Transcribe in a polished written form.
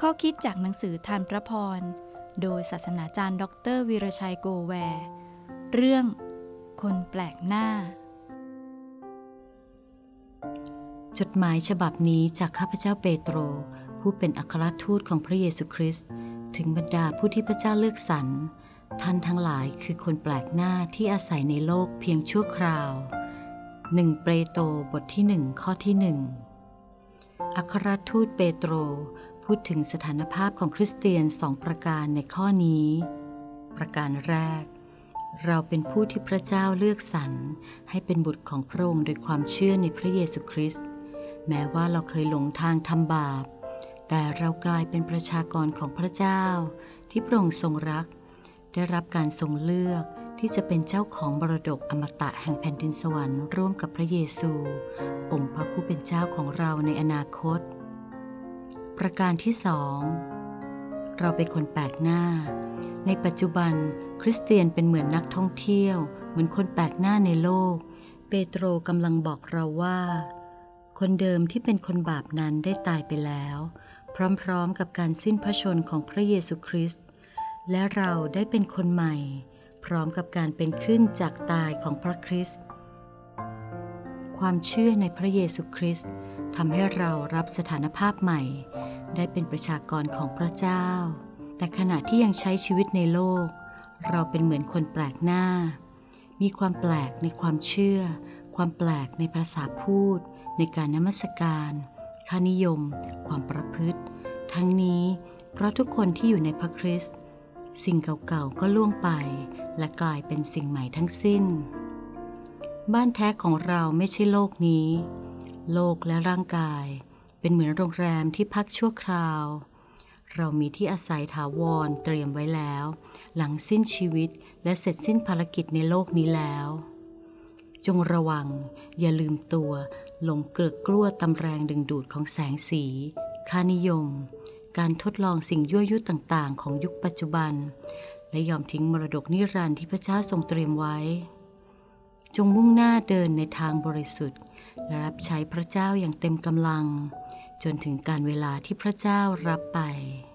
ข้อคิดจากหนังสือทานพระพรโดยศาสนาจารย์ดร.วีรชัยโกแวร์เรื่องคนแปลกหน้าจดหมายฉบับนี้จากข้าพเจ้าเปโตรผู้เป็นอัครทูตของพระเยซูคริสต์ถึงบรรดาผู้ที่พระเจ้าเลือกสรรท่านทั้งหลายคือคนแปลกหน้าที่อาศัยในโลกเพียงชั่วคราว1เปโตรบทที่1ข้อที่1อัครทูตเปโตรพูดถึงสถานภาพของคริสเตียน2ประการในข้อนี้ประการแรกเราเป็นผู้ที่พระเจ้าเลือกสรรให้เป็นบุตรของพระองค์โดยความเชื่อในพระเยซูคริสต์แม้ว่าเราเคยหลงทางทำบาปแต่เรากลายเป็นประชากรของพระเจ้าที่พระองค์ทรงรักได้รับการทรงเลือกที่จะเป็นเจ้าของมรดกอมตะแห่งแผ่นดินสวรรค์ร่วมกับพระเยซูองค์พระผู้เป็นเจ้าของเราในอนาคตประการที่สองเราเป็นคนแปลกหน้าในปัจจุบันคริสเตียนเป็นเหมือนนักท่องเที่ยวเหมือนคนแปลกหน้าในโลกเปโตรกำลังบอกเราว่าคนเดิมที่เป็นคนบาปนั้นได้ตายไปแล้วพร้อมๆกับการสิ้นพระชนม์ของพระเยซูคริสต์และเราได้เป็นคนใหม่พร้อมกับการเป็นขึ้นจากตายของพระคริสต์ความเชื่อในพระเยซูคริสต์ทำให้เรารับสถานภาพใหม่ได้เป็นประชากรของพระเจ้าแต่ขณะที่ยังใช้ชีวิตในโลกเราเป็นเหมือนคนแปลกหน้ามีความแปลกในความเชื่อความแปลกในภาษาพูดในการนมัสการค่านิยมความประพฤติทั้งนี้เพราะทุกคนที่อยู่ในพระคริสต์สิ่งเก่าๆก็ล่วงไปและกลายเป็นสิ่งใหม่ทั้งสิ้นบ้านแท้ของเราไม่ใช่โลกนี้โลกและร่างกายเป็นเหมือนโรงแรมที่พักชั่วคราวเรามีที่อาศัยถาวรเตรียมไว้แล้วหลังสิ้นชีวิตและเสร็จสิ้นภารกิจในโลกนี้แล้วจงระวังอย่าลืมตัวหลงเกลือกกลั้วตำแรงดึงดูดของแสงสีค่านิยมการทดลองสิ่งยั่วยุต่างๆของยุคปัจจุบันและยอมทิ้งมรดกนิรันดร์ที่พระเจ้าทรงเตรียมไว้จงมุ่งหน้าเดินในทางบริสุทธิ์และรับใช้พระเจ้าอย่างเต็มกำลังจนถึงการเวลาที่พระเจ้ารับไป